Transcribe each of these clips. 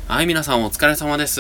はい、皆さんお疲れ様です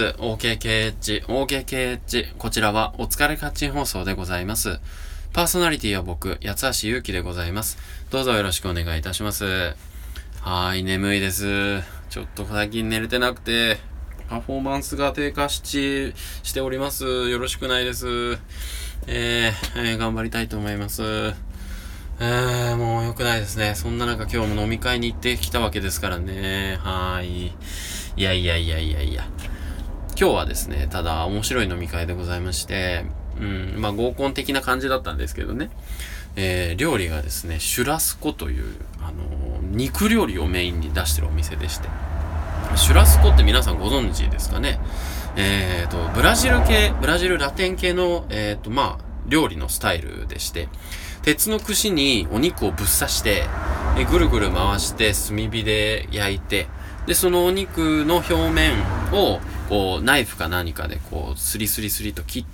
。OKKH。こちらはお疲れカッチン放送でございます。パーソナリティは僕、八橋ゆうきでございます。どうぞよろしくお願いいたします。はい、眠いです。ちょっと最近寝れてなくて、パフォーマンスが低下しております。よろしくないです。頑張りたいと思います。もう良くないですね。そんな中今日も飲み会に行ってきたわけですからね。はい。いや。今日はですね、ただ面白い飲み会でございまして、合コン的な感じだったんですけどね。料理がですね、シュラスコという、肉料理をメインに出してるお店でして。シュラスコって皆さんご存知ですかね。ブラジルラテン系の、料理のスタイルでして、鉄の串にお肉をぶっ刺して、ぐるぐる回して炭火で焼いて、で、そのお肉の表面を、こう、ナイフか何かでこう、スリと切って、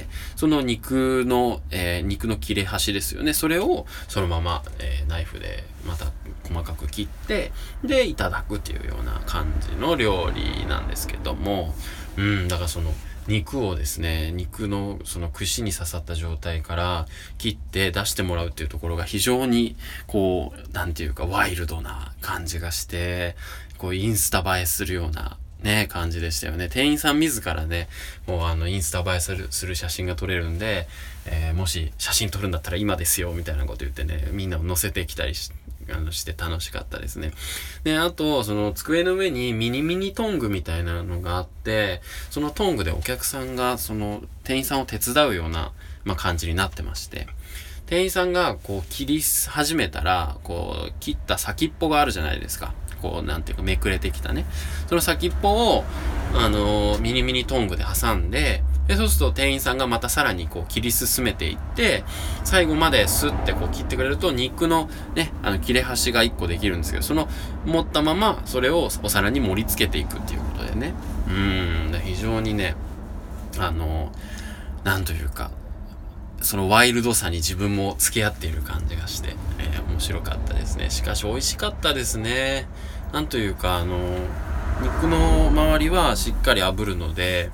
その肉の切れ端ですよね。それを、そのまま、ナイフでまた細かく切って、で、いただくっていうような感じの料理なんですけども、だからその、肉をですね、肉のその串に刺さった状態から切って出してもらうっていうところが非常にこう、なんていうかワイルドな感じがして、こうインスタ映えするようなね、感じでしたよね。店員さん自らね、もうインスタ映えする写真が撮れるんで、もし写真撮るんだったら今ですよ、みたいなこと言ってね、みんなを乗せてきたりして楽しかったですね。で、あと、その机の上にミニトングみたいなのがあって、そのトングでお客さんがその店員さんを手伝うような、感じになってまして、店員さんがこう切り始めたら、こう切った先っぽがあるじゃないですか。こうなんていうかめくれてきたね。その先っぽを、ミニトングで挟んで、そうすると店員さんがまたさらにこう切り進めていって、最後までスッてこう切ってくれると肉のね、切れ端が1個できるんですけど、その持ったままそれをお皿に盛り付けていくっていうことでね。非常にね、なんというか、そのワイルドさに自分も付き合っている感じがして、面白かったですね。しかし美味しかったですね。なんというか、肉の周りはしっかり炙るので、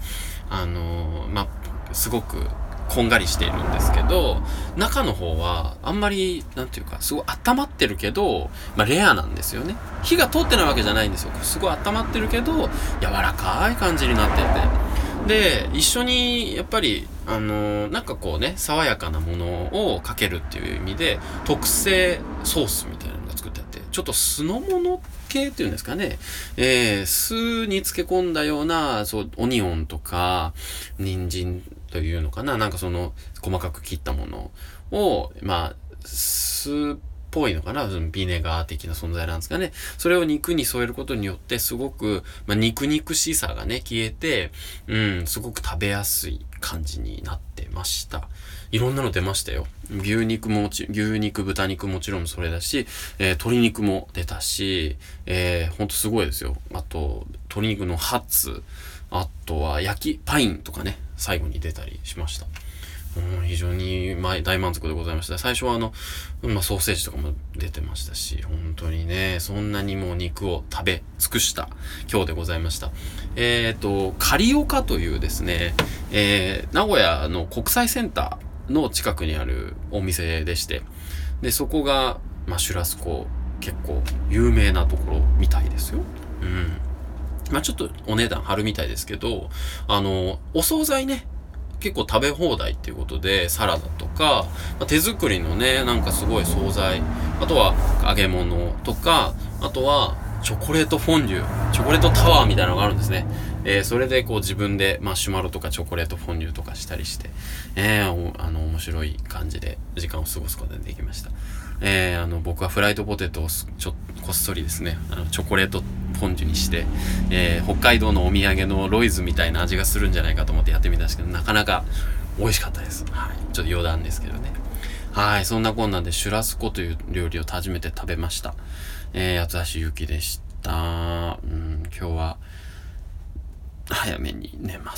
すごくこんがりしているんですけど、中の方はあんまり、なんていうか、すごい温まってるけど、レアなんですよね。火が通ってないわけじゃないんですよ。すごい温まってるけど、柔らかい感じになってて。で、一緒に、やっぱり、なんかこうね、爽やかなものをかけるっていう意味で、特製ソースみたいなのが作ってあって、ちょっと酢の物系っていうんですかね。酢に漬け込んだような、そう、オニオンとか、人参というのかな。なんかその、細かく切ったものを、酢っぽいのかな、そのビネガー的な存在なんですかね。それを肉に添えることによって、すごく、肉々しさがね、消えて、すごく食べやすい感じになってました。いろんなの出ましたよ。牛肉、豚肉もちろんそれだし、鶏肉も出たし、ほんとすごいですよ。あと、鶏肉のハツ、あとはパインとかね、最後に出たりしました。非常に大満足でございました。最初はソーセージとかも出てましたし、本当にね、そんなにもう肉を食べ尽くした今日でございました。カリオカというですね、名古屋の国際センターの近くにあるお店でして、で、そこが、シュラスコ結構有名なところみたいですよ。ちょっとお値段張るみたいですけど、お惣菜ね、結構食べ放題っていうことで、サラダとか、手作りのね、なんかすごい惣菜、あとは揚げ物とか、あとはチョコレートフォンデュ、チョコレートタワーみたいなのがあるんですね。それでこう自分でマシュマロとかチョコレートフォンデュとかしたりして、面白い感じで時間を過ごすことができました。僕はフライドポテトをこっそりですね、チョコレートフォンデュにして、北海道のお土産のロイズみたいな味がするんじゃないかと思ってやってみたんですけど、なかなか美味しかったです。はい。ちょっと余談ですけどね。はい。そんなこんなんでシュラスコという料理を初めて食べました。八橋ゆきでした。今日は早めに寝ます。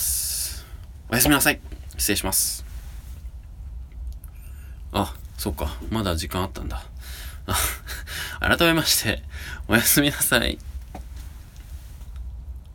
おやすみなさい。失礼します。あ、そっか。まだ時間あったんだ。改めまして、おやすみなさい。